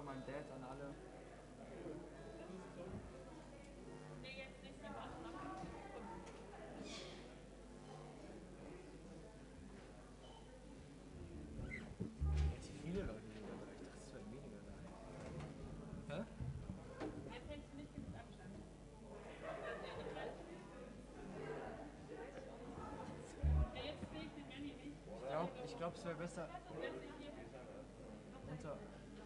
meinem Dad, an alle. Viele Leute, die da ich dachte, es wären weniger da. Hä? Jetzt hältst du nicht genug Abstand. Ich glaube, es wäre besser. Unter.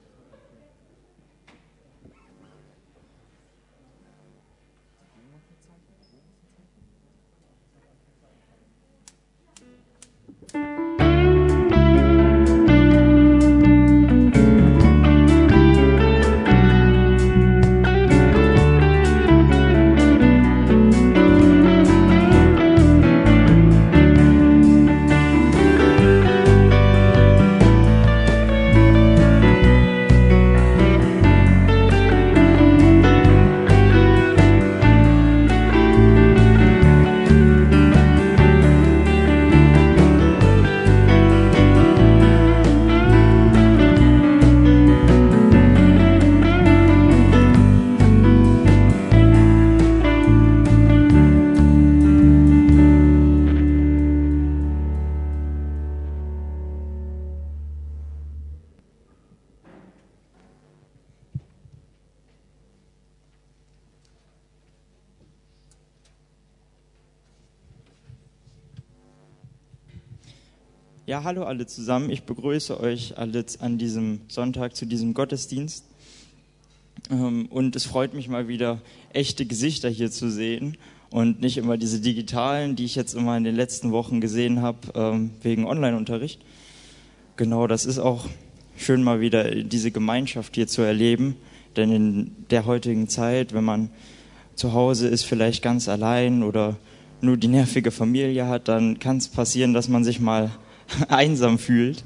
Ja, hallo alle zusammen. Ich begrüße euch alle an diesem Sonntag zu diesem Gottesdienst. Und es freut mich mal wieder, echte Gesichter hier zu sehen und nicht immer diese digitalen, die ich jetzt immer in den letzten Wochen gesehen habe, wegen Online-Unterricht. Genau, das ist auch schön mal wieder diese Gemeinschaft hier zu erleben, denn in der heutigen Zeit, wenn man zu Hause ist, vielleicht ganz allein oder nur die nervige Familie hat, dann kann es passieren, dass man sich mal einsam fühlt.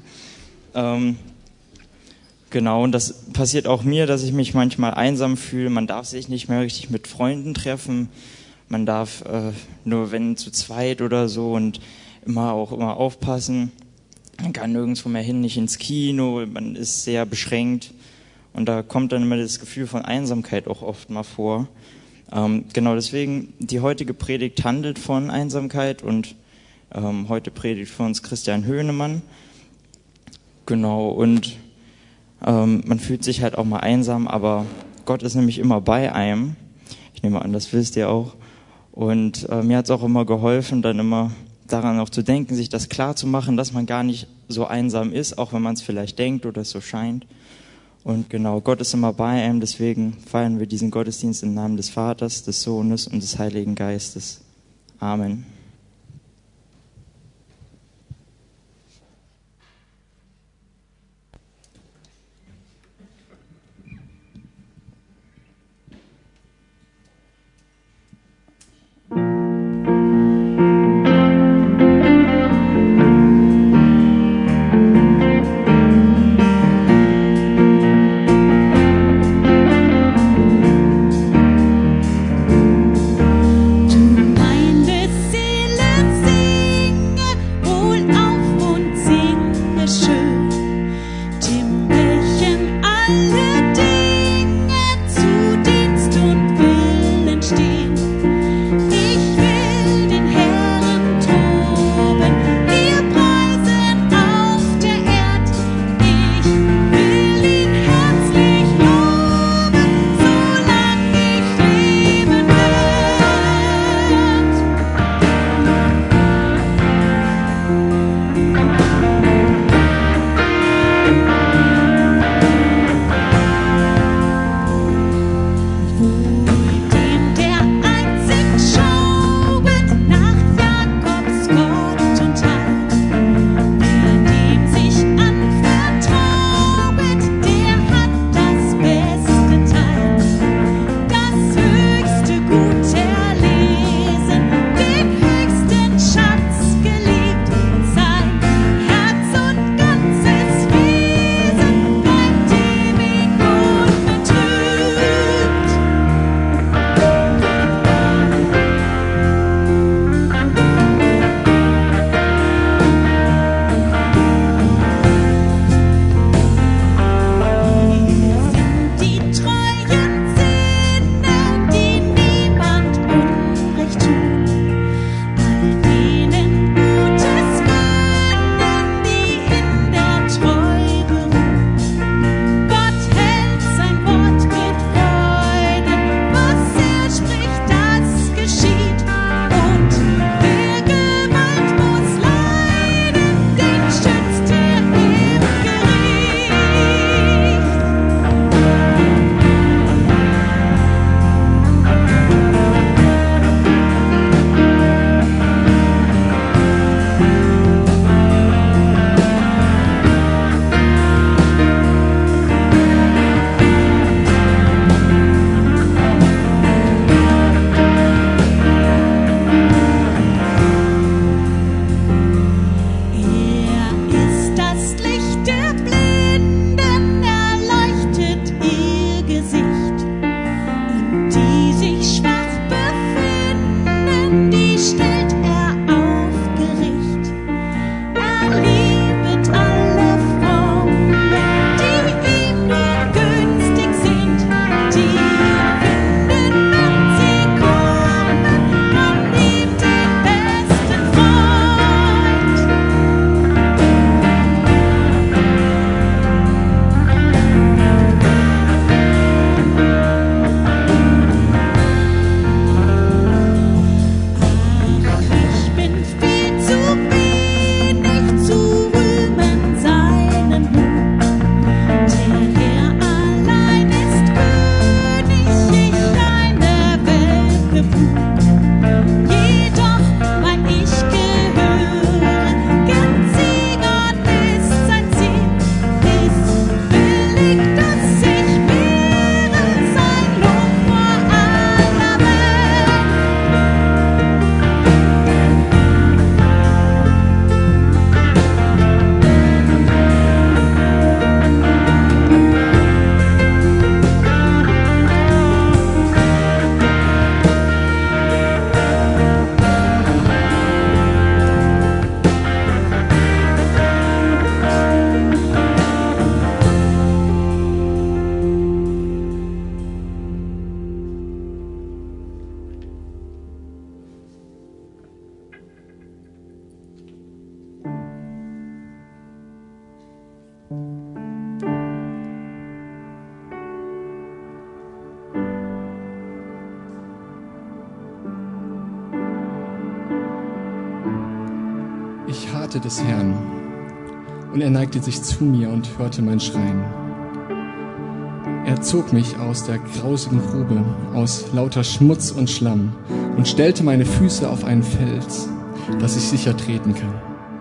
Genau, und das passiert auch mir, dass ich mich manchmal einsam fühle. Man darf sich nicht mehr richtig mit Freunden treffen. Man darf nur wenn zu zweit oder so und immer aufpassen. Man kann nirgendwo mehr hin, nicht ins Kino. Man ist sehr beschränkt. Und da kommt dann immer das Gefühl von Einsamkeit auch oft mal vor. Genau, deswegen, die heutige Predigt handelt von Einsamkeit und heute predigt für uns Christian Höhnemann. Genau, und man fühlt sich halt auch mal einsam, aber Gott ist nämlich immer bei einem. Ich nehme an, das wisst ihr auch. Und mir hat es auch immer geholfen, dann immer daran auch zu denken, sich das klar zu machen, dass man gar nicht so einsam ist, auch wenn man es vielleicht denkt oder es so scheint. Und genau, Gott ist immer bei einem, deswegen feiern wir diesen Gottesdienst im Namen des Vaters, des Sohnes und des Heiligen Geistes. Amen. Du meintest sie Menschen, die stellt er aufgericht. Er liebet alle Frommen, die ihm nur günstig sind. Die finden und sie kommen und liebt den besten Freund. Ich bin viel zu wenig zu rühmen seinen Mut. Der Herr allein ist König, ich eine Welt befugt. Jedoch mein Ich gehöre, ganz Gott ist sein Ziel. Ist billig, dass ich wäre sein Lob vor aller Welt. Ich harrte des Herrn, und er neigte sich zu mir und hörte mein Schreien. Er zog mich aus der grausigen Grube, aus lauter Schmutz und Schlamm, und stellte meine Füße auf einen Fels, dass ich sicher treten kann.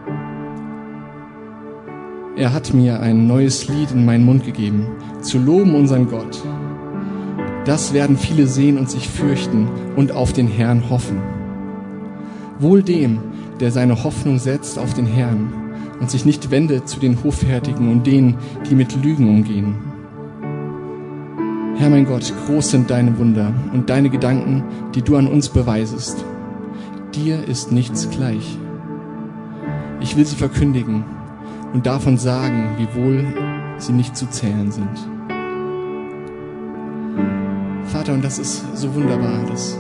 Er hat mir ein neues Lied in meinen Mund gegeben, zu loben unseren Gott. Das werden viele sehen und sich fürchten und auf den Herrn hoffen. Wohl dem, der seine Hoffnung setzt auf den Herrn und sich nicht wendet zu den Hoffärtigen und denen, die mit Lügen umgehen. Herr mein Gott, groß sind deine Wunder und deine Gedanken, die du an uns beweisest. Dir ist nichts gleich. Ich will sie verkündigen und davon sagen, wie wohl sie nicht zu zählen sind. Vater, und das ist so wunderbar, dass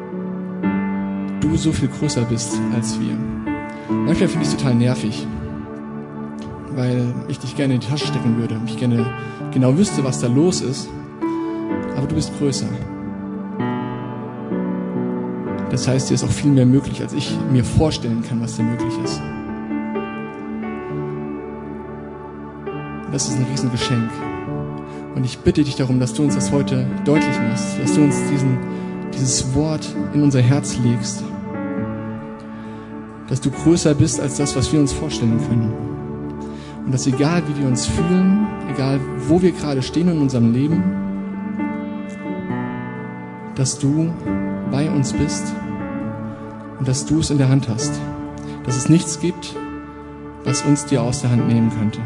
du so viel größer bist als wir. Manchmal finde ich es total nervig, weil ich dich gerne in die Tasche stecken würde und ich gerne genau wüsste, was da los ist. Aber du bist größer. Das heißt, dir ist auch viel mehr möglich, als ich mir vorstellen kann, was dir möglich ist. Das ist ein Riesengeschenk. Und ich bitte dich darum, dass du uns das heute deutlich machst, dass du uns dieses Wort in unser Herz legst, dass du größer bist als das, was wir uns vorstellen können. Und dass egal, wie wir uns fühlen, egal, wo wir gerade stehen in unserem Leben, dass du bei uns bist und dass du es in der Hand hast, dass es nichts gibt, was uns dir aus der Hand nehmen könnte.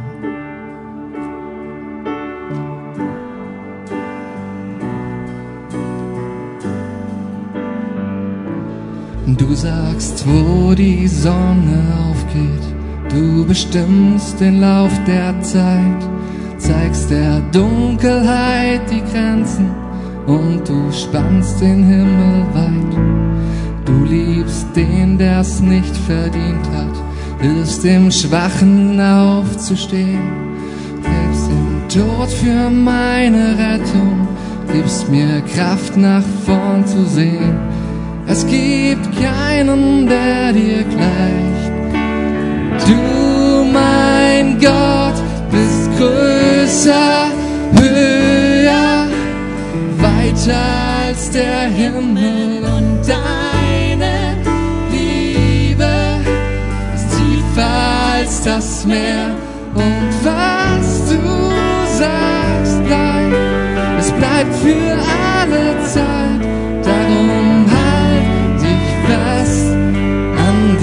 Du sagst, wo die Sonne aufgeht, du bestimmst den Lauf der Zeit, zeigst der Dunkelheit die Grenzen und du spannst den Himmel weit. Du liebst den, der's nicht verdient hat, hilfst dem Schwachen aufzustehen, hilfst im Tod für meine Rettung, gibst mir Kraft nach vorn zu sehen. Es gibt keinen, der dir gleicht. Du, mein Gott, bist größer, höher, weiter als der Himmel. Und deine Liebe ist tiefer als das Meer. Und was du sagst, bleibt, es bleibt für alle Zeit. Darum halt dich fest an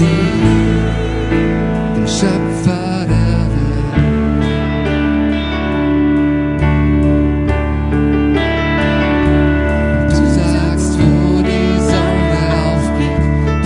den Schöpfer der Welt. Du sagst, wo die Sonne aufgeht,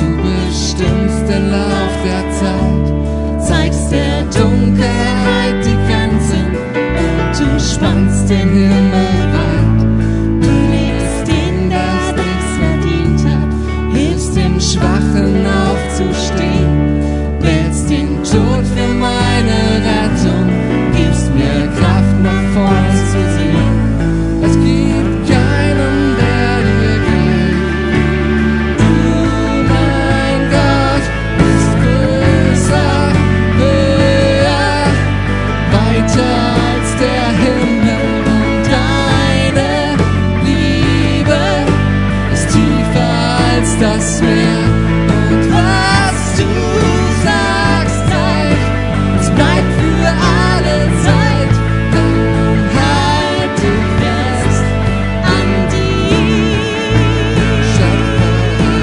machst den Himmel weit. Du liebst den, der nichts verdient hat, hilfst dem Schwachen aufzustehen, wählst den Tod für meine Rettung, gibst mir Kraft, nach vorn zu sehen. Es gibt keinen, der dir gleicht. Du, mein Gott, bist größer, höher, weiter als der Himmel, und deine Liebe ist tiefer als das Meer. Und was du sagst, reicht, es bleibt für alle Zeit. Darum halt dich fest an die Schöpfer.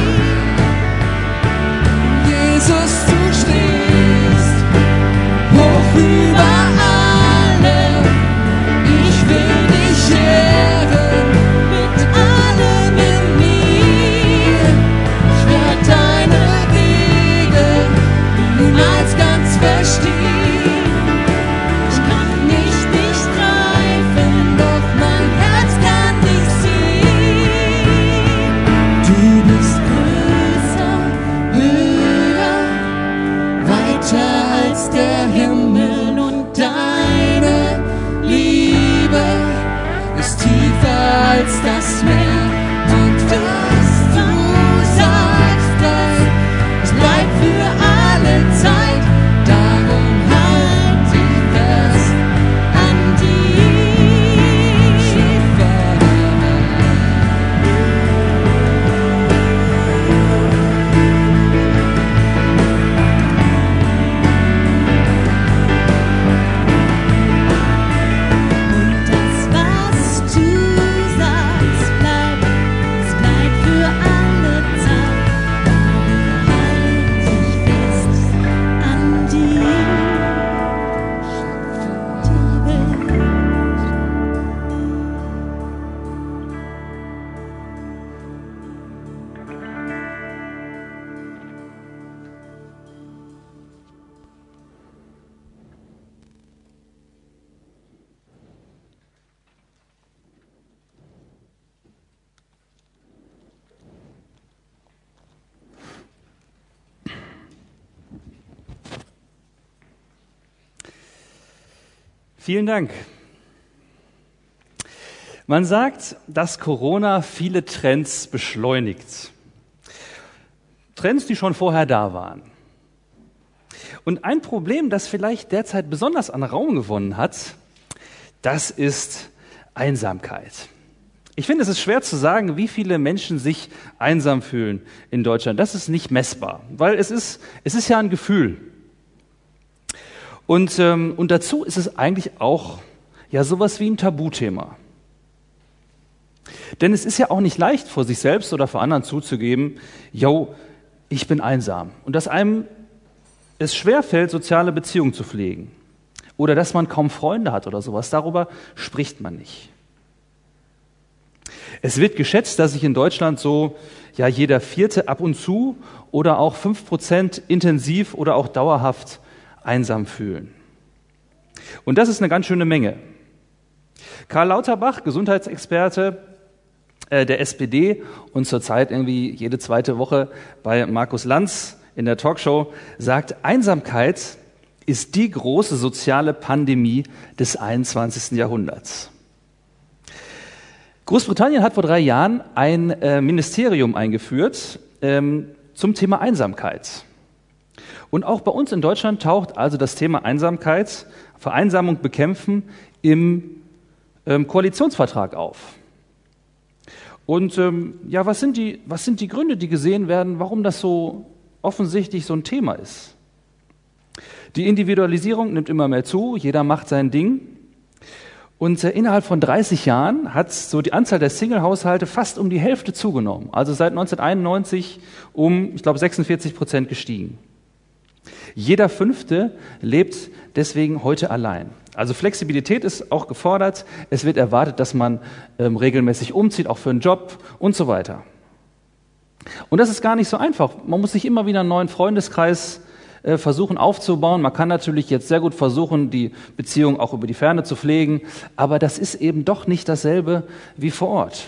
Jesus, du stehst hoch über alle. Ich will dich ehren mit allem in mir. Ich werd deine Wege niemals ganz verstehen. Ich kann nicht greifen, doch mein Herz kann dich sehen. Du bist größer, höher, weiter als der Himmel, und deine Liebe ist tiefer als das Meer. Und was du sagst, es bleibt für alle Zeit. Darum halt dich fest an die Schöpfer der Welt. Und das, was du sagst, es bleibt für alle Zeit. Halt dich fest an die Welt. Vielen Dank. Man sagt, dass Corona viele Trends beschleunigt. Trends, die schon vorher da waren. Und ein Problem, das vielleicht derzeit besonders an Raum gewonnen hat, das ist Einsamkeit. Ich finde, es ist schwer zu sagen, wie viele Menschen sich einsam fühlen in Deutschland. Das ist nicht messbar, weil es ist ja ein Gefühl. Und dazu ist es eigentlich auch ja sowas wie ein Tabuthema. Denn es ist ja auch nicht leicht, vor sich selbst oder vor anderen zuzugeben, yo, ich bin einsam. Und dass einem es schwerfällt, soziale Beziehungen zu pflegen. Oder dass man kaum Freunde hat oder sowas. Darüber spricht man nicht. Es wird geschätzt, dass sich in Deutschland so ja jeder Vierte ab und zu oder auch 5% intensiv oder auch dauerhaft einsam fühlen. Und das ist eine ganz schöne Menge. Karl Lauterbach, Gesundheitsexperte der SPD und zurzeit irgendwie jede zweite Woche bei Markus Lanz in der Talkshow, sagt, Einsamkeit ist die große soziale Pandemie des 21. Jahrhunderts. Großbritannien hat vor 3 Jahren ein Ministerium eingeführt zum Thema Einsamkeit. Und auch bei uns in Deutschland taucht also das Thema Einsamkeit, Vereinsamung bekämpfen im Koalitionsvertrag auf. Und ja, was sind die Gründe, die gesehen werden, warum das so offensichtlich so ein Thema ist? Die Individualisierung nimmt immer mehr zu, jeder macht sein Ding. Und innerhalb von 30 Jahren hat so die Anzahl der Single-Haushalte fast um die Hälfte zugenommen. Also seit 1991 um, ich glaube, 46% gestiegen. Jeder Fünfte lebt deswegen heute allein. Also Flexibilität ist auch gefordert. Es wird erwartet, dass man regelmäßig umzieht, auch für einen Job und so weiter. Und das ist gar nicht so einfach. Man muss sich immer wieder einen neuen Freundeskreis versuchen aufzubauen. Man kann natürlich jetzt sehr gut versuchen, die Beziehung auch über die Ferne zu pflegen, aber das ist eben doch nicht dasselbe wie vor Ort.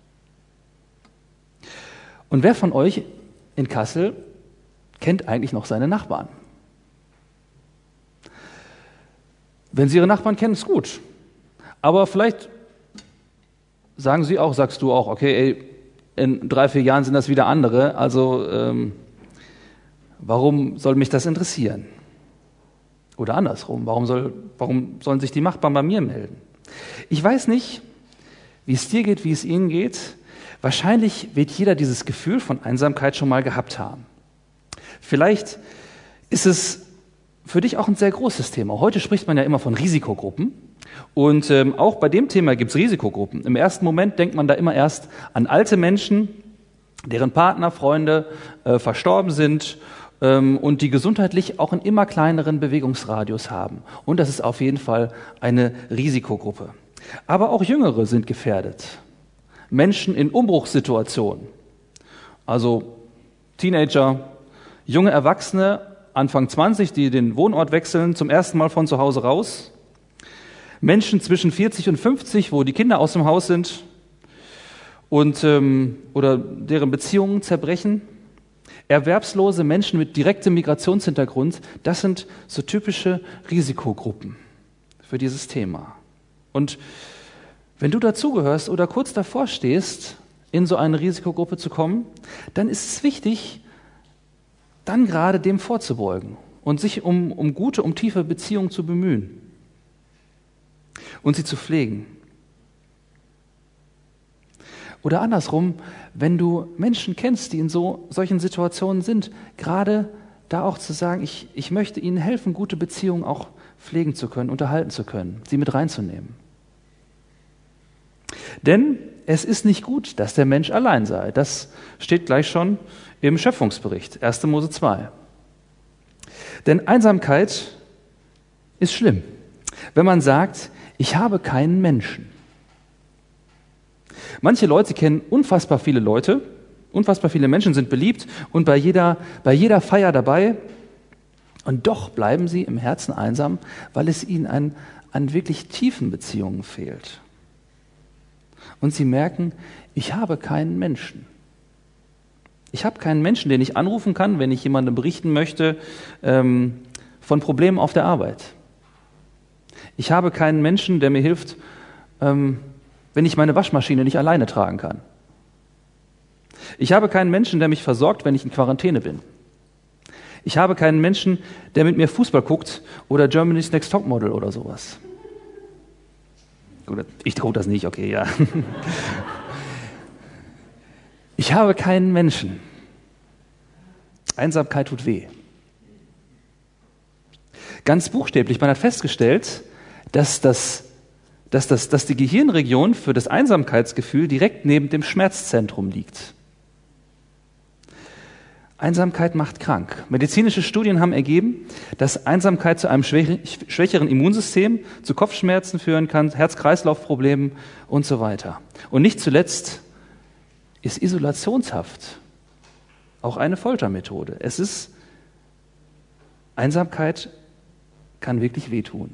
Und wer von euch in Kassel kennt eigentlich noch seine Nachbarn? Wenn Sie Ihre Nachbarn kennen, ist gut. Aber vielleicht sagst du auch, okay, ey, in 3-4 Jahren sind das wieder andere, also warum soll mich das interessieren? Oder andersrum, warum sollen sich die Nachbarn bei mir melden? Ich weiß nicht, wie es dir geht, wie es Ihnen geht. Wahrscheinlich wird jeder dieses Gefühl von Einsamkeit schon mal gehabt haben. Vielleicht ist es für dich auch ein sehr großes Thema. Heute spricht man ja immer von Risikogruppen. Und auch bei dem Thema gibt es Risikogruppen. Im ersten Moment denkt man da immer erst an alte Menschen, deren Partner, Freunde verstorben sind und die gesundheitlich auch einen immer kleineren Bewegungsradius haben. Und das ist auf jeden Fall eine Risikogruppe. Aber auch Jüngere sind gefährdet. Menschen in Umbruchssituationen, also Teenager, junge Erwachsene, Anfang 20, die den Wohnort wechseln, zum ersten Mal von zu Hause raus. Menschen zwischen 40 und 50, wo die Kinder aus dem Haus sind und oder deren Beziehungen zerbrechen. Erwerbslose Menschen mit direktem Migrationshintergrund, das sind so typische Risikogruppen für dieses Thema. Und wenn du dazugehörst oder kurz davor stehst, in so eine Risikogruppe zu kommen, dann ist es wichtig, dann gerade dem vorzubeugen und sich um gute, um tiefe Beziehungen zu bemühen und sie zu pflegen. Oder andersrum, wenn du Menschen kennst, die in solchen Situationen sind, gerade da auch zu sagen, ich möchte ihnen helfen, gute Beziehungen auch pflegen zu können, unterhalten zu können, sie mit reinzunehmen. Denn es ist nicht gut, dass der Mensch allein sei. Das steht gleich schon im Schöpfungsbericht, 1. Mose 2. Denn Einsamkeit ist schlimm, wenn man sagt, ich habe keinen Menschen. Manche Leute kennen unfassbar viele Leute, unfassbar viele Menschen sind beliebt und bei jeder Feier dabei. Und doch bleiben sie im Herzen einsam, weil es ihnen an wirklich tiefen Beziehungen fehlt. Und sie merken, ich habe keinen Menschen. Ich habe keinen Menschen, den ich anrufen kann, wenn ich jemandem berichten möchte von Problemen auf der Arbeit. Ich habe keinen Menschen, der mir hilft, wenn ich meine Waschmaschine nicht alleine tragen kann. Ich habe keinen Menschen, der mich versorgt, wenn ich in Quarantäne bin. Ich habe keinen Menschen, der mit mir Fußball guckt oder Germany's Next Topmodel oder sowas. Gut, ich gucke das nicht, okay, ja. Ich habe keinen Menschen. Einsamkeit tut weh. Ganz buchstäblich, man hat festgestellt, dass die Gehirnregion für das Einsamkeitsgefühl direkt neben dem Schmerzzentrum liegt. Einsamkeit macht krank. Medizinische Studien haben ergeben, dass Einsamkeit zu einem schwächeren Immunsystem, zu Kopfschmerzen führen kann, Herz-Kreislauf-Problemen und so weiter. Und nicht zuletzt ist Isolationshaft auch eine Foltermethode. Einsamkeit kann wirklich wehtun.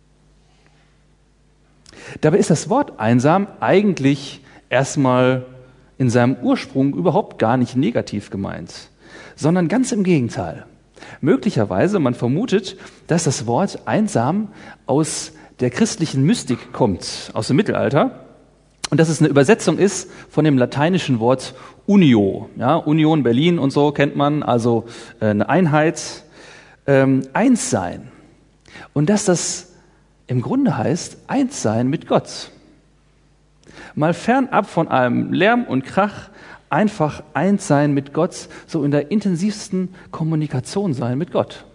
Dabei ist das Wort einsam eigentlich erstmal in seinem Ursprung überhaupt gar nicht negativ gemeint, sondern ganz im Gegenteil. Möglicherweise, man vermutet, dass das Wort einsam aus der christlichen Mystik kommt, aus dem Mittelalter, und dass es eine Übersetzung ist von dem lateinischen Wort unio. Ja, Union Berlin und so kennt man, also eine Einheit, eins sein. Und dass das im Grunde heißt, eins sein mit Gott. Mal fernab von allem Lärm und Krach, einfach eins sein mit Gott, so in der intensivsten Kommunikation sein mit Gott.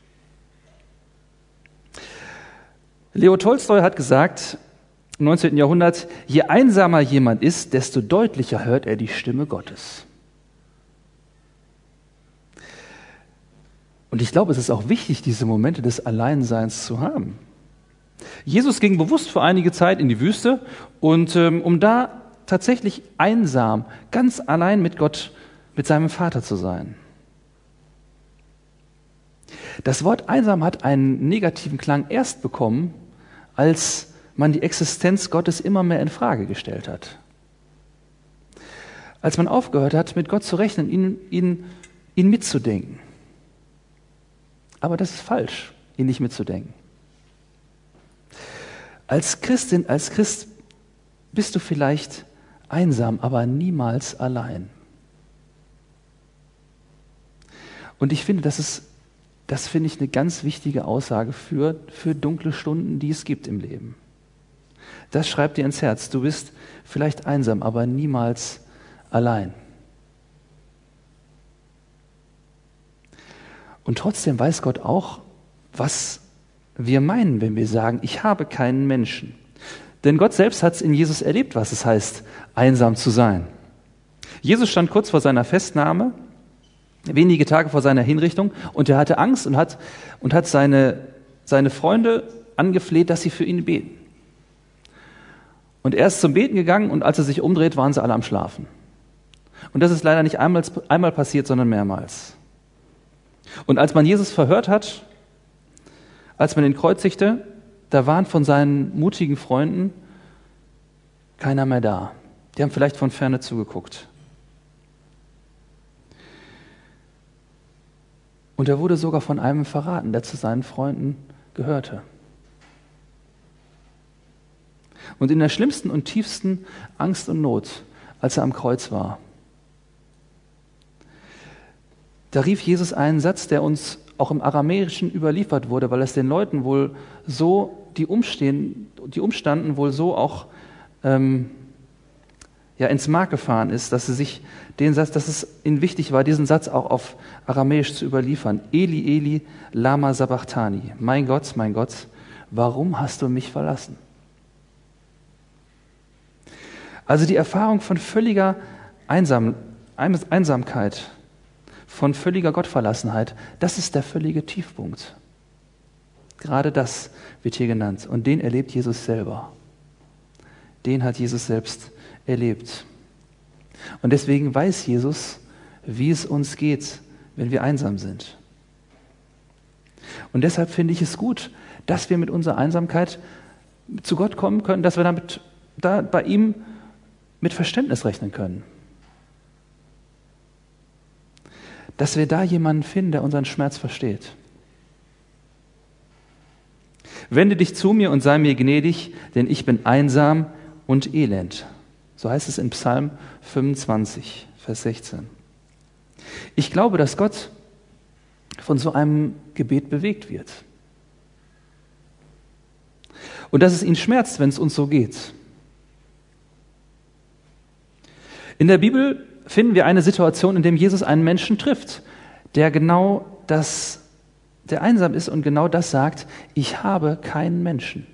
Leo Tolstoi hat gesagt, im 19. Jahrhundert, je einsamer jemand ist, desto deutlicher hört er die Stimme Gottes. Und ich glaube, es ist auch wichtig, diese Momente des Alleinseins zu haben. Jesus ging bewusst für einige Zeit in die Wüste und um da tatsächlich einsam, ganz allein mit Gott, mit seinem Vater zu sein. Das Wort einsam hat einen negativen Klang erst bekommen, als man die Existenz Gottes immer mehr in Frage gestellt hat. Als man aufgehört hat, mit Gott zu rechnen, ihn mitzudenken. Aber das ist falsch, ihn nicht mitzudenken. Als Christin, als Christ bist du vielleicht einsam, aber niemals allein. Und ich finde, das finde ich eine ganz wichtige Aussage für dunkle Stunden, die es gibt im Leben. Das schreibt dir ins Herz. Du bist vielleicht einsam, aber niemals allein. Und trotzdem weiß Gott auch, was wir meinen, wenn wir sagen, ich habe keinen Menschen. Denn Gott selbst hat es in Jesus erlebt, was es heißt, einsam zu sein. Jesus stand kurz vor seiner Festnahme, wenige Tage vor seiner Hinrichtung, und er hatte Angst und hat seine Freunde angefleht, dass sie für ihn beten. Und er ist zum Beten gegangen, und als er sich umdreht, waren sie alle am Schlafen. Und das ist leider nicht einmal passiert, sondern mehrmals. Und als man Jesus verhört hat, als man ihn kreuzigte, da waren von seinen mutigen Freunden keiner mehr da. Die haben vielleicht von ferne zugeguckt. Und er wurde sogar von einem verraten, der zu seinen Freunden gehörte. Und in der schlimmsten und tiefsten Angst und Not, als er am Kreuz war, da rief Jesus einen Satz, der uns auch im Aramäischen überliefert wurde, weil es den Leuten wohl so, die umstanden wohl so auch ins Mark gefahren ist, dass es ihnen wichtig war, diesen Satz auch auf Aramäisch zu überliefern. Eli, Eli, lama sabachthani. Mein Gott, warum hast du mich verlassen? Also die Erfahrung von völliger Einsamkeit, von völliger Gottverlassenheit, das ist der völlige Tiefpunkt. Gerade das wird hier genannt. Und den erlebt Jesus selber. Den hat Jesus selbst erlebt. Und deswegen weiß Jesus, wie es uns geht, wenn wir einsam sind. Und deshalb finde ich es gut, dass wir mit unserer Einsamkeit zu Gott kommen können, dass wir da bei ihm mit Verständnis rechnen können. Dass wir da jemanden finden, der unseren Schmerz versteht. Wende dich zu mir und sei mir gnädig, denn ich bin einsam und elend. So heißt es in Psalm 25, Vers 16. Ich glaube, dass Gott von so einem Gebet bewegt wird. Und dass es ihn schmerzt, wenn es uns so geht. In der Bibel finden wir eine Situation, in der Jesus einen Menschen trifft, der einsam ist und genau das sagt: Ich habe keinen Menschen.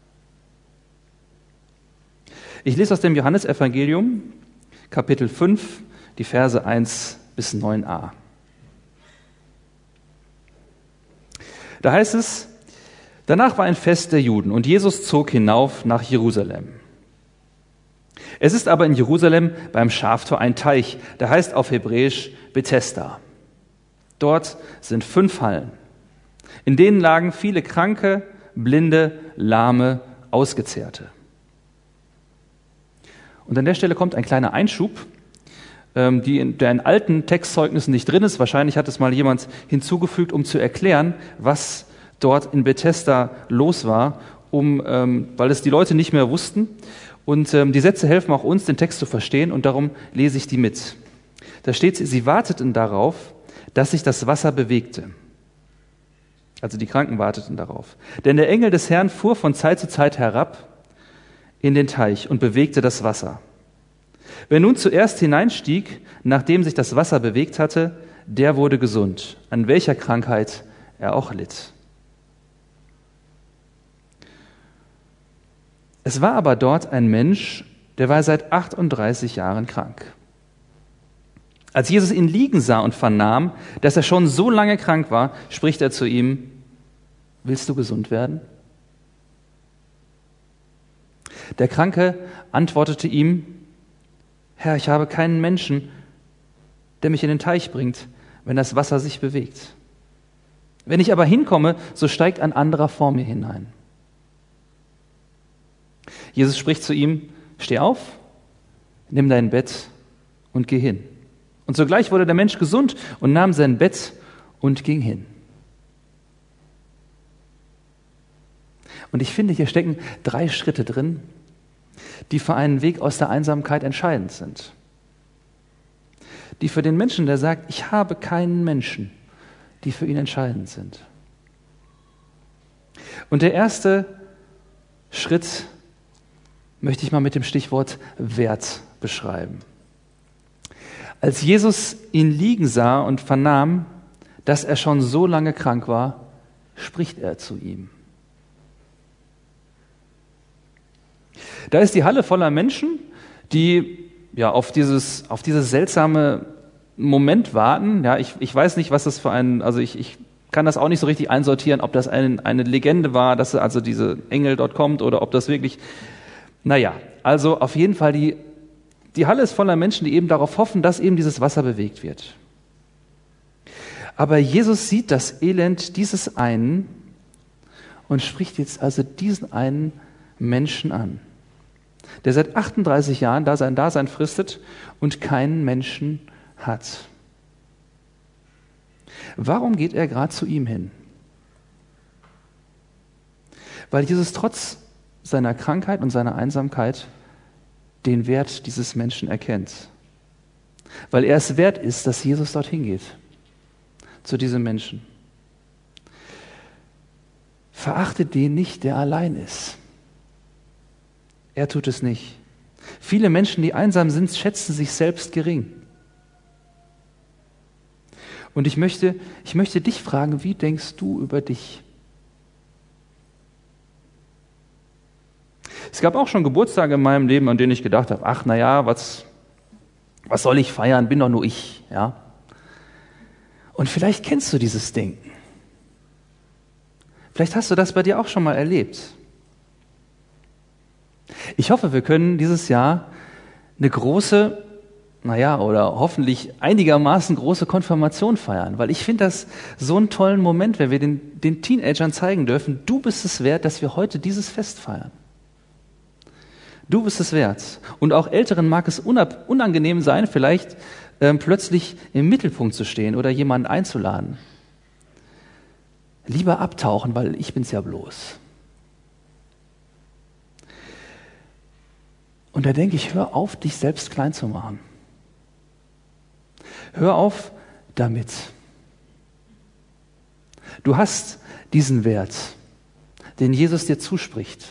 Ich lese aus dem Johannesevangelium, Kapitel 5, die Verse 1 bis 9a. Da heißt es: Danach war ein Fest der Juden und Jesus zog hinauf nach Jerusalem. Es ist aber in Jerusalem beim Schaftor ein Teich, der heißt auf Hebräisch Bethesda. Dort sind 5 Hallen. In denen lagen viele Kranke, Blinde, Lahme, Ausgezehrte. Und an der Stelle kommt ein kleiner Einschub, der in alten Textzeugnissen nicht drin ist. Wahrscheinlich hat es mal jemand hinzugefügt, um zu erklären, was dort in Bethesda los war, weil es die Leute nicht mehr wussten. Und die Sätze helfen auch uns, den Text zu verstehen, und darum lese ich die mit. Da steht: Sie warteten darauf, dass sich das Wasser bewegte. Also die Kranken warteten darauf. Denn der Engel des Herrn fuhr von Zeit zu Zeit herab in den Teich und bewegte das Wasser. Wer nun zuerst hineinstieg, nachdem sich das Wasser bewegt hatte, der wurde gesund, an welcher Krankheit er auch litt. Es war aber dort ein Mensch, der war seit 38 Jahren krank. Als Jesus ihn liegen sah und vernahm, dass er schon so lange krank war, spricht er zu ihm: Willst du gesund werden? Der Kranke antwortete ihm: Herr, ich habe keinen Menschen, der mich in den Teich bringt, wenn das Wasser sich bewegt. Wenn ich aber hinkomme, so steigt ein anderer vor mir hinein. Jesus spricht zu ihm, steh auf, nimm dein Bett und geh hin. Und sogleich wurde der Mensch gesund und nahm sein Bett und ging hin. Und ich finde, hier stecken 3 Schritte drin, die für einen Weg aus der Einsamkeit entscheidend sind. Die für den Menschen, der sagt, ich habe keinen Menschen, die für ihn entscheidend sind. Und der erste Schritt möchte ich mal mit dem Stichwort Wert beschreiben. Als Jesus ihn liegen sah und vernahm, dass er schon so lange krank war, spricht er zu ihm. Da ist die Halle voller Menschen, die ja auf dieses seltsame Moment warten. Ja, ich weiß nicht, was das für ich kann das auch nicht so richtig einsortieren, ob das eine Legende war, dass also diese Engel dort kommt oder ob das wirklich, also auf jeden Fall die Halle ist voller Menschen, die eben darauf hoffen, dass eben dieses Wasser bewegt wird. Aber Jesus sieht das Elend dieses einen und spricht jetzt also diesen einen Menschen an, der seit 38 Jahren da sein Dasein fristet und keinen Menschen hat. Warum geht er gerade zu ihm hin? Weil Jesus trotz seiner Krankheit und seiner Einsamkeit den Wert dieses Menschen erkennt. Weil er es wert ist, dass Jesus dorthin geht, zu diesem Menschen. Verachte den nicht, der allein ist. Er tut es nicht. Viele Menschen, die einsam sind, schätzen sich selbst gering. Und ich möchte dich fragen, wie denkst du über dich? Es gab auch schon Geburtstage in meinem Leben, an denen ich gedacht habe, was soll ich feiern, bin doch nur ich. Ja? Und vielleicht kennst du dieses Denken. Vielleicht hast du das bei dir auch schon mal erlebt. Ich hoffe, wir können dieses Jahr eine große, oder hoffentlich einigermaßen große Konfirmation feiern, weil ich finde das so einen tollen Moment, wenn wir den Teenagern zeigen dürfen, du bist es wert, dass wir heute dieses Fest feiern. Du bist es wert. Und auch Älteren mag es unangenehm sein, vielleicht plötzlich im Mittelpunkt zu stehen oder jemanden einzuladen. Lieber abtauchen, weil ich bin's ja bloß. Und da denke ich, hör auf, dich selbst klein zu machen. Hör auf damit. Du hast diesen Wert, den Jesus dir zuspricht.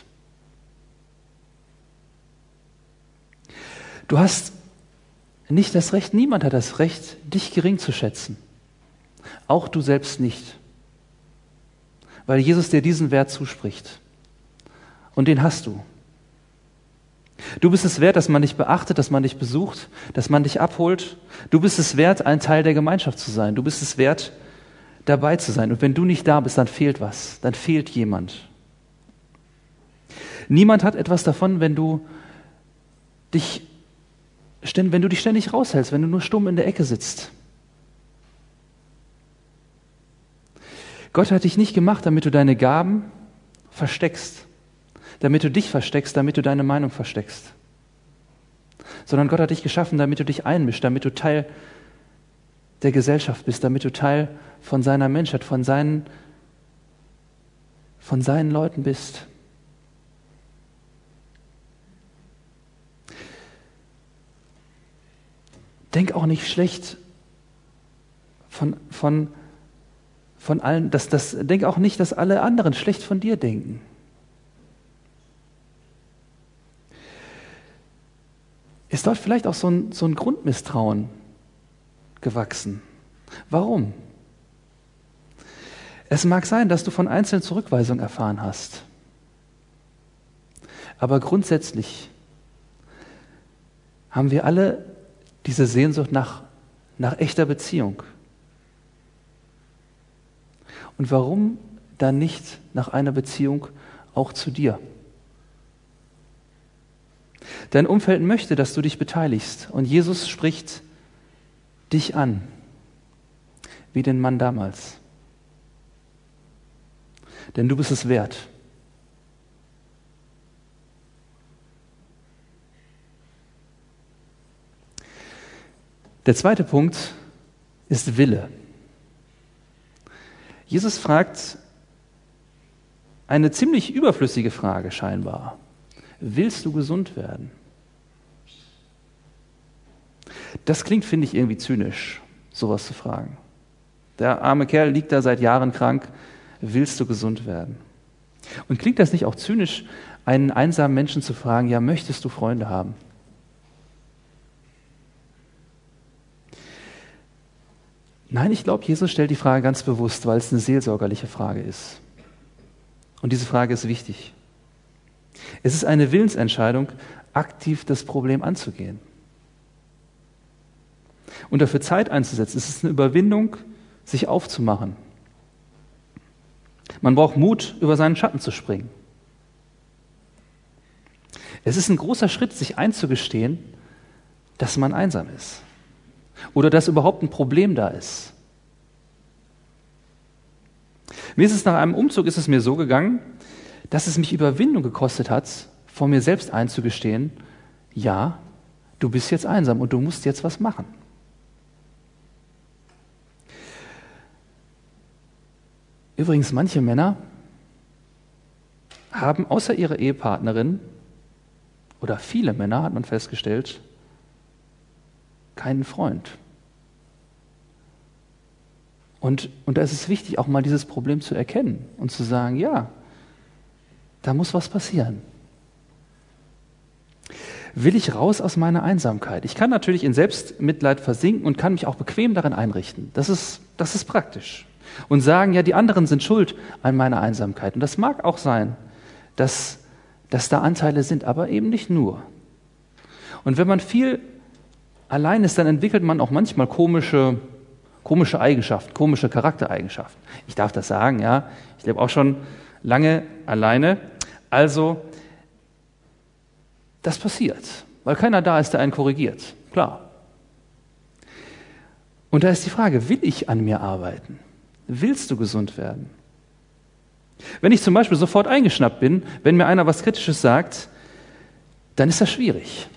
Du hast nicht das Recht, niemand hat das Recht, dich gering zu schätzen. Auch du selbst nicht. Weil Jesus dir diesen Wert zuspricht. Und den hast du. Du bist es wert, dass man dich beachtet, dass man dich besucht, dass man dich abholt. Du bist es wert, ein Teil der Gemeinschaft zu sein. Du bist es wert, dabei zu sein. Und wenn du nicht da bist, dann fehlt was. Dann fehlt jemand. Niemand hat etwas davon, wenn du dich ständig raushältst, wenn du nur stumm in der Ecke sitzt. Gott hat dich nicht gemacht, damit du deine Gaben versteckst, damit du dich versteckst, damit du deine Meinung versteckst. Sondern Gott hat dich geschaffen, damit du dich einmischst, damit du Teil der Gesellschaft bist, damit du Teil von seiner Menschheit, von seinen Leuten bist. Denk auch nicht schlecht von allen, denk auch nicht, dass alle anderen schlecht von dir denken. Ist dort vielleicht auch so ein Grundmisstrauen gewachsen? Warum? Es mag sein, dass du von einzelnen Zurückweisungen erfahren hast. Aber grundsätzlich haben wir alle diese Sehnsucht nach echter Beziehung. Und warum dann nicht nach einer Beziehung auch zu dir? Dein Umfeld möchte, dass du dich beteiligst. Und Jesus spricht dich an, wie den Mann damals. Denn du bist es wert. Der zweite Punkt ist Wille. Jesus fragt eine ziemlich überflüssige Frage scheinbar. Willst du gesund werden? Das klingt, finde ich, irgendwie zynisch, sowas zu fragen. Der arme Kerl liegt da seit Jahren krank. Willst du gesund werden? Und klingt das nicht auch zynisch, einen einsamen Menschen zu fragen, ja, möchtest du Freunde haben? Nein, ich glaube, Jesus stellt die Frage ganz bewusst, weil es eine seelsorgerliche Frage ist. Und diese Frage ist wichtig. Es ist eine Willensentscheidung, aktiv das Problem anzugehen. Und dafür Zeit einzusetzen. Es ist eine Überwindung, sich aufzumachen. Man braucht Mut, über seinen Schatten zu springen. Es ist ein großer Schritt, sich einzugestehen, dass man einsam ist. Oder dass überhaupt ein Problem da ist. Mir ist es nach einem Umzug ist es mir so gegangen, dass es mich Überwindung gekostet hat, vor mir selbst einzugestehen, ja, du bist jetzt einsam und du musst jetzt was machen. Übrigens, manche Männer haben außer ihrer Ehepartnerin, oder viele Männer, hat man festgestellt, keinen Freund. Und da ist es wichtig, auch mal dieses Problem zu erkennen und zu sagen, ja, da muss was passieren. Will ich raus aus meiner Einsamkeit? Ich kann natürlich in Selbstmitleid versinken und kann mich auch bequem darin einrichten. Das ist praktisch. Und sagen, ja, die anderen sind schuld an meiner Einsamkeit. Und das mag auch sein, dass da Anteile sind, aber eben nicht nur. Und wenn man viel allein ist, dann entwickelt man auch manchmal komische Eigenschaften, komische Charaktereigenschaften. Ich darf das sagen, ja. Ich lebe auch schon lange alleine. Also, das passiert, weil keiner da ist, der einen korrigiert. Klar. Und da ist die Frage, will ich an mir arbeiten? Willst du gesund werden? Wenn ich zum Beispiel sofort eingeschnappt bin, wenn mir einer was Kritisches sagt, dann ist das schwierig.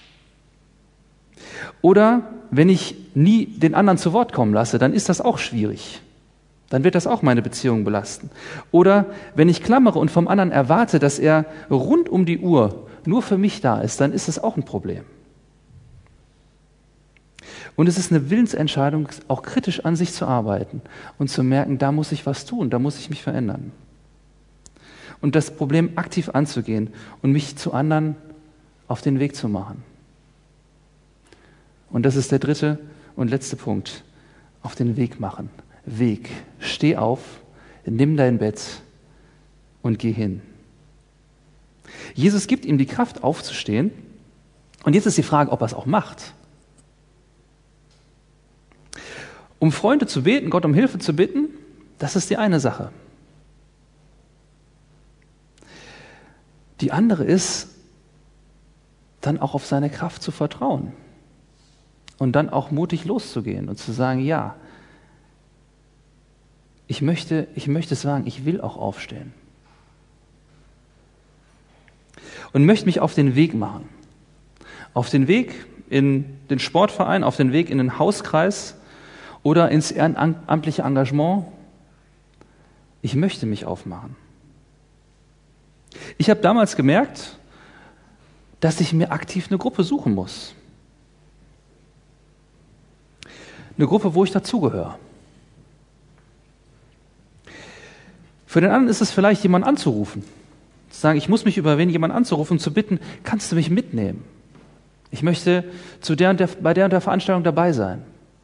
Oder wenn ich nie den anderen zu Wort kommen lasse, dann ist das auch schwierig. Dann wird das auch meine Beziehung belasten. Oder wenn ich klammere und vom anderen erwarte, dass er rund um die Uhr nur für mich da ist, dann ist das auch ein Problem. Und es ist eine Willensentscheidung, auch kritisch an sich zu arbeiten und zu merken, da muss ich was tun, da muss ich mich verändern. Und das Problem aktiv anzugehen und mich zu anderen auf den Weg zu machen. Und das ist der dritte und letzte Punkt. Auf den Weg machen. Weg. Steh auf, nimm dein Bett und geh hin. Jesus gibt ihm die Kraft aufzustehen. Und jetzt ist die Frage, ob er es auch macht. Um Freunde zu beten, Gott um Hilfe zu bitten, das ist die eine Sache. Die andere ist, dann auch auf seine Kraft zu vertrauen und dann auch mutig loszugehen und zu sagen, ja, ich möchte es wagen, ich will auch aufstehen. Und möchte mich auf den Weg machen. Auf den Weg in den Sportverein, auf den Weg in den Hauskreis oder ins ehrenamtliche Engagement. Ich möchte mich aufmachen. Ich habe damals gemerkt, dass ich mir aktiv eine Gruppe suchen muss. Eine Gruppe, wo ich dazugehöre. Für den anderen ist es vielleicht, jemanden anzurufen. Zu sagen, ich muss mich überwinden, jemanden anzurufen und zu bitten, kannst du mich mitnehmen? Ich möchte bei der und der Veranstaltung dabei sein.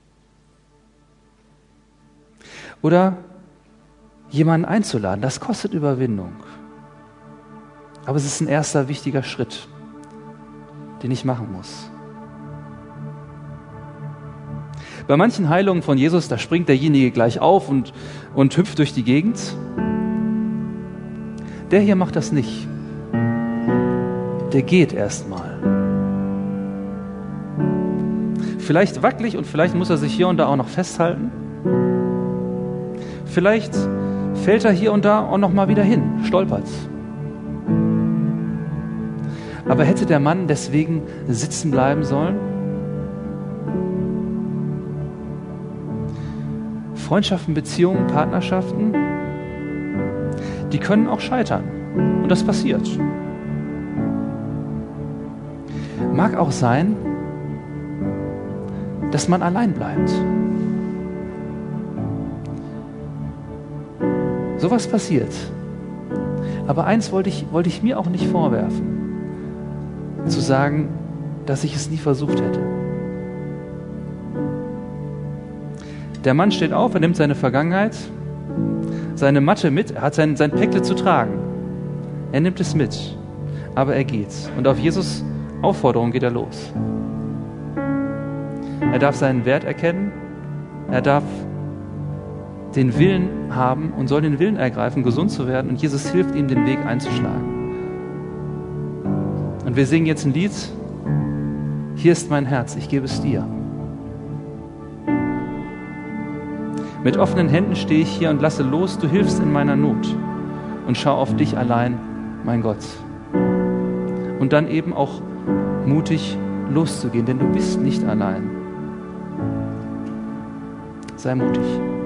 Oder jemanden einzuladen, das kostet Überwindung. Aber es ist ein erster wichtiger Schritt, den ich machen muss. Bei manchen Heilungen von Jesus, da springt derjenige gleich auf und hüpft durch die Gegend. Der hier macht das nicht. Der geht erstmal. Vielleicht wackelig und vielleicht muss er sich hier und da auch noch festhalten. Vielleicht fällt er hier und da auch noch mal wieder hin, stolpert. Aber hätte der Mann deswegen sitzen bleiben sollen? Freundschaften, Beziehungen, Partnerschaften, die können auch scheitern. Und das passiert. Mag auch sein, dass man allein bleibt. Sowas passiert. Aber eins wollte ich mir auch nicht vorwerfen. Zu sagen, dass ich es nie versucht hätte. Der Mann steht auf, er nimmt seine Vergangenheit, seine Matte mit, er hat sein Päckle zu tragen. Er nimmt es mit, aber er geht. Und auf Jesus' Aufforderung geht er los. Er darf seinen Wert erkennen, er darf den Willen haben und soll den Willen ergreifen, gesund zu werden. Und Jesus hilft ihm, den Weg einzuschlagen. Und wir singen jetzt ein Lied. Hier ist mein Herz, ich gebe es dir. Mit offenen Händen stehe ich hier und lasse los, du hilfst in meiner Not. Und schau auf dich allein, mein Gott. Und dann eben auch mutig loszugehen, denn du bist nicht allein. Sei mutig.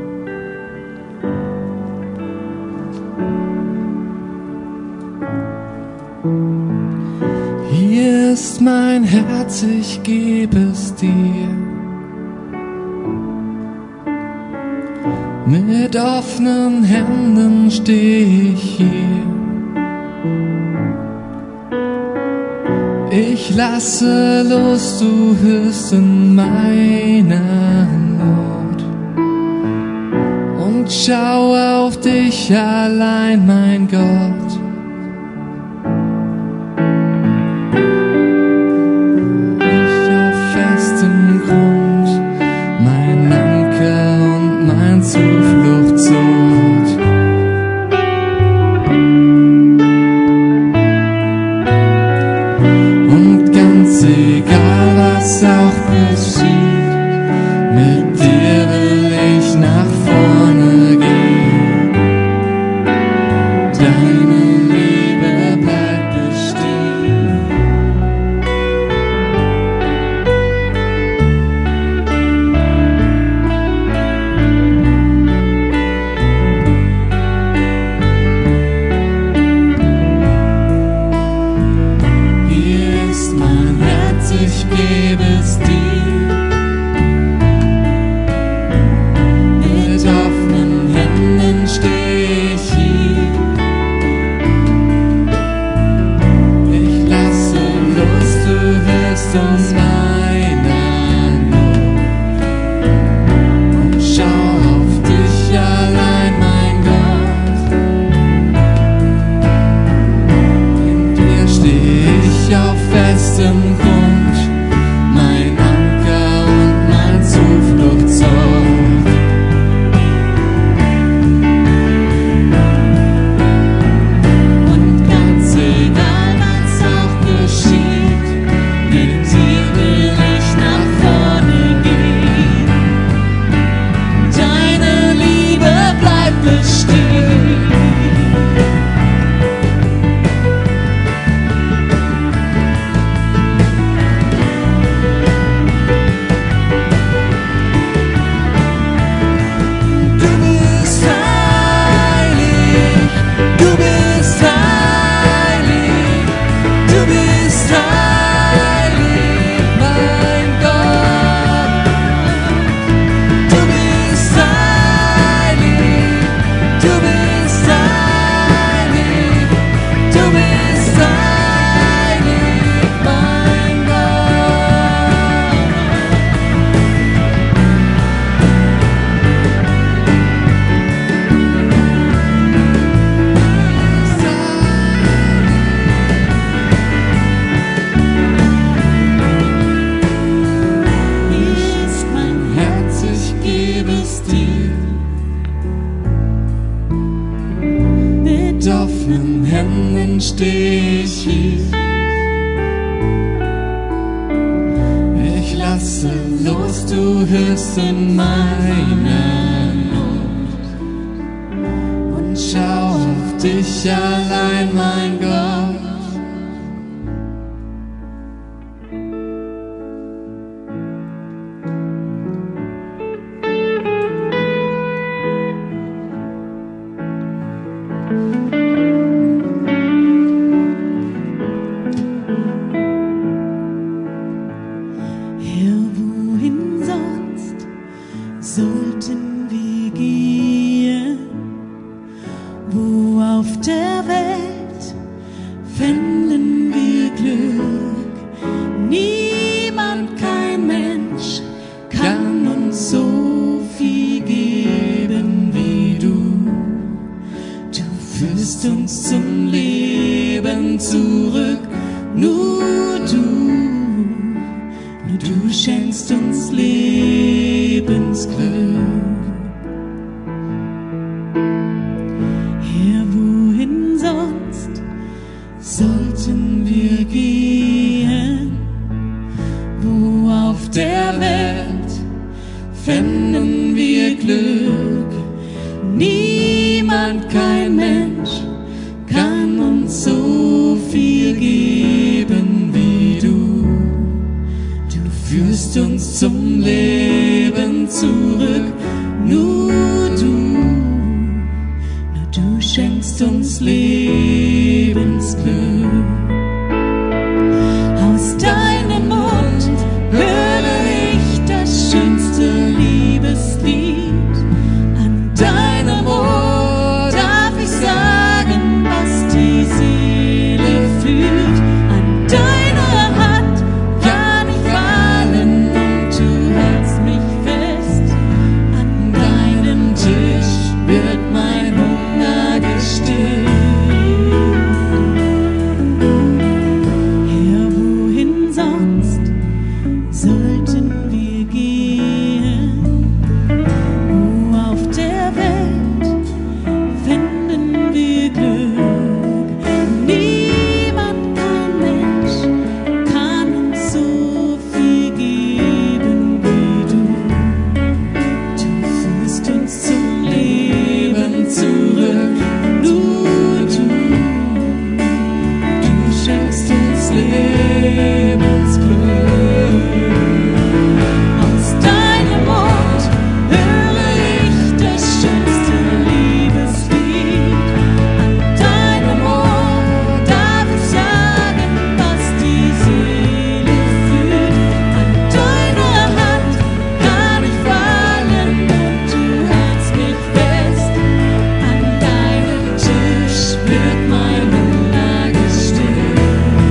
Hier ist mein Herz, ich gebe es dir. Mit offenen Händen stehe ich hier. Ich lasse los, du hörst in meiner Not. Und schau auf dich allein, mein Gott. steh ich hier. Ich lasse los, du hörst in meiner Not und dich allein, mein Gott. Herr, wohin sonst sollten wir gehen? Wo auf der Welt fänden wir Glück? Niemand, kein Mensch kann uns so viel geben wie du. Du führst uns zum Leben zurück, nur du schenkst uns Lebensglück. Herr, wohin sonst sollten wir gehen? Wo auf der Welt fänden wir Glück? Niemand, kein Mensch kann uns so viel geben wie du. Du führst uns zum Leben zurück, nur du schenkst uns Lebensglück. Aus deinem Mund höre ich das schönste Liebeslied. An deinem Ohr darf ich sagen, was die Seele fühlt. An deiner Hand kann ich fallen und du hältst mich fest. An deinem Tisch wird mein Hunger gestillt. Herr, wohin sonst sollten wir gehen? Wo auf der Welt finden wir Glück? Niemand, kein Mensch kann uns so viel geben wie du. Du führst uns zum Leben zurück, nur du schenkst uns Lebensglück. Aus deinem Mund höre ich das schönste Liebeslied. An deinem Ohr darf ich sagen, was die Seele fühlt. An deiner Hand kann ich fallen und du hältst mich fest. An deinem Tisch wird mein Hunger gestillt.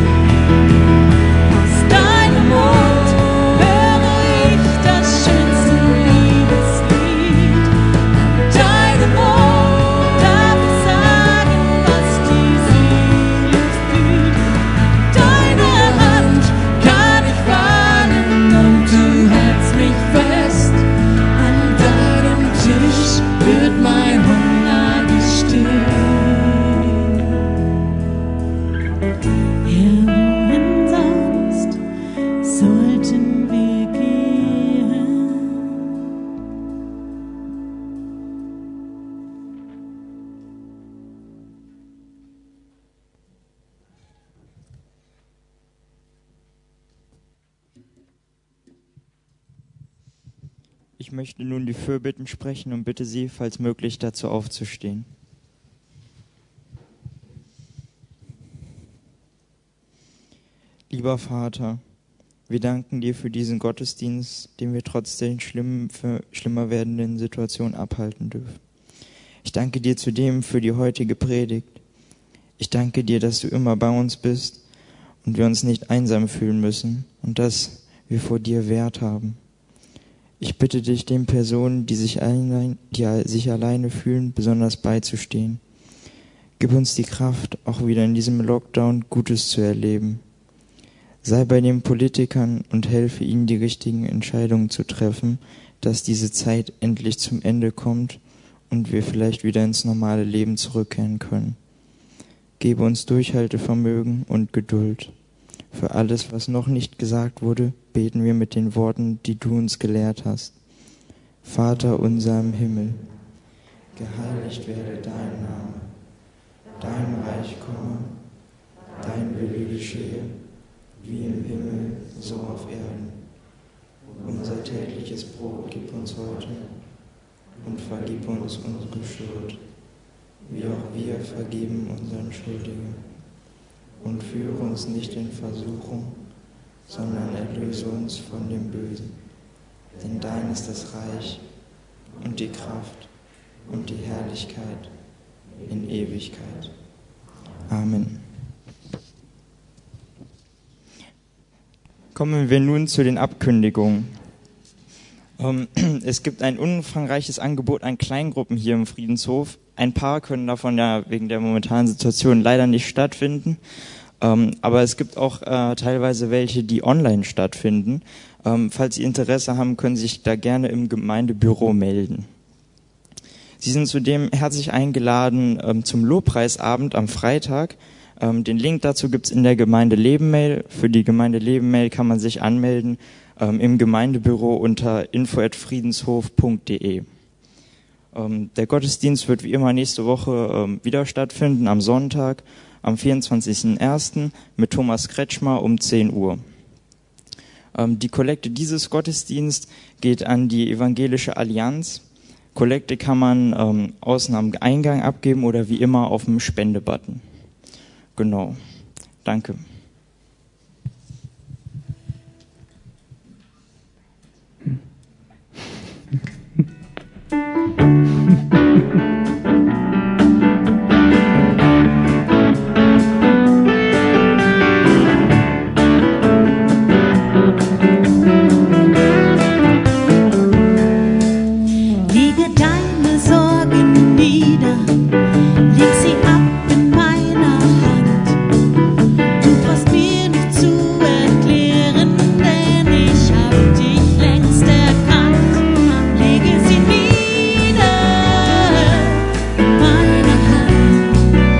Aus deinem Mund höre ich das schönste Liebeslied. An deinem Ohr darf ich sagen, was die Seele fühlt. An deiner Hand kann ich fallen und du hältst mich fest. An deinem Tisch wird mein Hunger gestillt. Herr, wohin sonst sollten wir gehen? Ich möchte nun die Fürbitten sprechen und bitte Sie, falls möglich, dazu aufzustehen. Lieber Vater, wir danken dir für diesen Gottesdienst, den wir trotz der schlimmer werdenden Situation abhalten dürfen. Ich danke dir zudem für die heutige Predigt. Ich danke dir, dass du immer bei uns bist und wir uns nicht einsam fühlen müssen und dass wir vor dir Wert haben. Ich bitte dich, den Personen, die sich alleine fühlen, besonders beizustehen. Gib uns die Kraft, auch wieder in diesem Lockdown Gutes zu erleben. Sei bei den Politikern und helfe ihnen, die richtigen Entscheidungen zu treffen, dass diese Zeit endlich zum Ende kommt und wir vielleicht wieder ins normale Leben zurückkehren können. Gebe uns Durchhaltevermögen und Geduld. Für alles, was noch nicht gesagt wurde, beten wir mit den Worten, die du uns gelehrt hast. Vater unser im Himmel, geheiligt werde dein Name. dein Reich komme, dein Wille geschehe, wie im Himmel, so auf Erden. Unser tägliches Brot gib uns heute und vergib uns unsere Schuld, wie auch wir vergeben unseren Schuldigen. Und führe uns nicht in Versuchung, sondern erlöse uns von dem Bösen. Denn dein ist das Reich und die Kraft und die Herrlichkeit in Ewigkeit. Amen. Kommen wir nun zu den Abkündigungen. Es gibt ein umfangreiches Angebot an Kleingruppen hier im Friedenshof. Ein paar können davon ja wegen der momentanen Situation leider nicht stattfinden. Aber es gibt auch teilweise welche, die online stattfinden. Falls Sie Interesse haben, können Sie sich da gerne im Gemeindebüro melden. Sie sind zudem herzlich eingeladen zum Lobpreisabend am Freitag. Den Link dazu gibt's in der Gemeinde-Leben-Mail. Für die Gemeinde-Leben-Mail kann man sich anmelden im Gemeindebüro unter info@friedenshof.de. Der Gottesdienst wird wie immer nächste Woche wieder stattfinden, am Sonntag, am 24.01. mit Thomas Kretschmer um 10 Uhr. Die Kollekte dieses Gottesdienstes geht an die Evangelische Allianz. Kollekte kann man außen am Eingang abgeben oder wie immer auf dem Spendebutton. Genau. Danke. Lege deine Sorgen nieder, leg sie ab in meiner Hand. Du brauchst mir nicht zu erklären, denn ich hab dich längst erkannt. Lege sie nieder in meine Hand.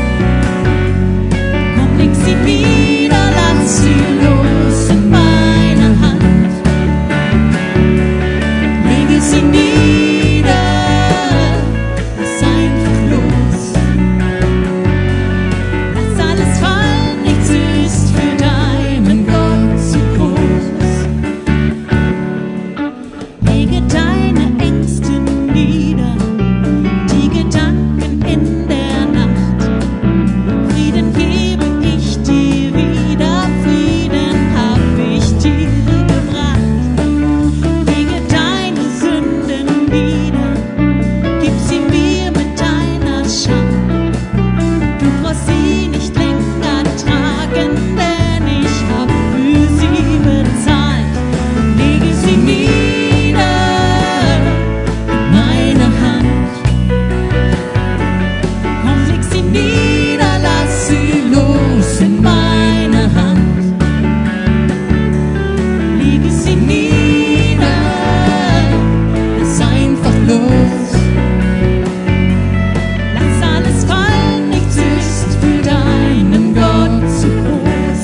Komm, leg sie nieder, lass sie los in meine Hand. Lege sie nieder, lass einfach los. Lass alles fallen, nichts ist für deinen Gott zu groß. Lege deine Ängste nieder, die Gedanken in der Nacht. Frieden gebe ich dir wieder, Frieden hab ich dir gebracht. Lege deine Sünden nieder, gib sie mir mit deiner Scham. Du brauchst sie nicht länger tragen, denn ich hab für sie bezahlt. Lege sie nieder in meine Hand. Komm, leg sie nieder, lass sie los in meine Hand. Lege sie nieder, lass einfach los. Lass alles fallen, nichts ist für deinen Gott zu groß.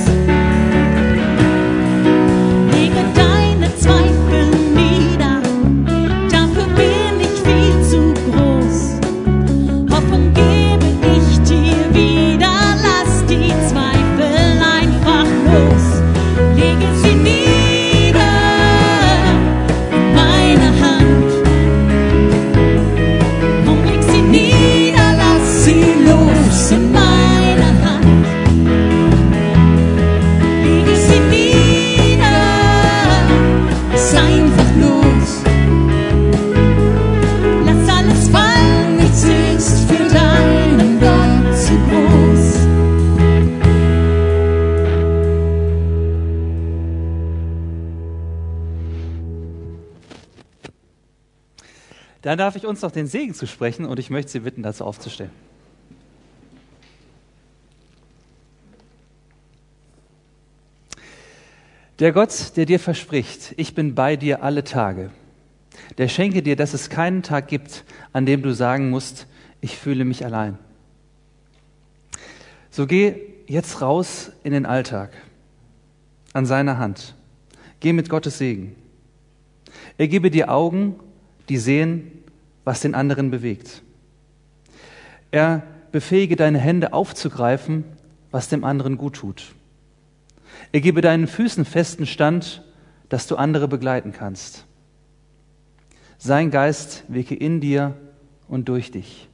Lege deine Zweifel nieder, dafür bin ich viel zu groß. Hoffnung gebe ich dir wieder, lass die Zweifel einfach los. Lege sie nieder in meine Hand. Komm, leg sie nieder, lass sie los in meine Hand. Lege sie nieder, lass einfach los. Lass alles fallen, nichts ist für deinen Gott zu groß. Dann darf ich uns noch den Segen zu sprechen und ich möchte Sie bitten, dazu aufzustehen. Der Gott, der dir verspricht, ich bin bei dir alle Tage, der schenke dir, dass es keinen Tag gibt, an dem du sagen musst, ich fühle mich allein. So geh jetzt raus in den Alltag, an seiner Hand. Geh mit Gottes Segen. Er gebe dir Augen, die sehen, was den anderen bewegt. Er befähige deine Hände aufzugreifen, was dem anderen gut tut. Er gebe deinen Füßen festen Stand, dass du andere begleiten kannst. Sein Geist wirke in dir und durch dich.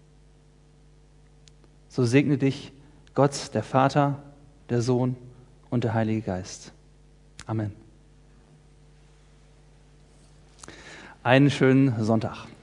So segne dich Gott, der Vater, der Sohn und der Heilige Geist. Amen. Einen schönen Sonntag.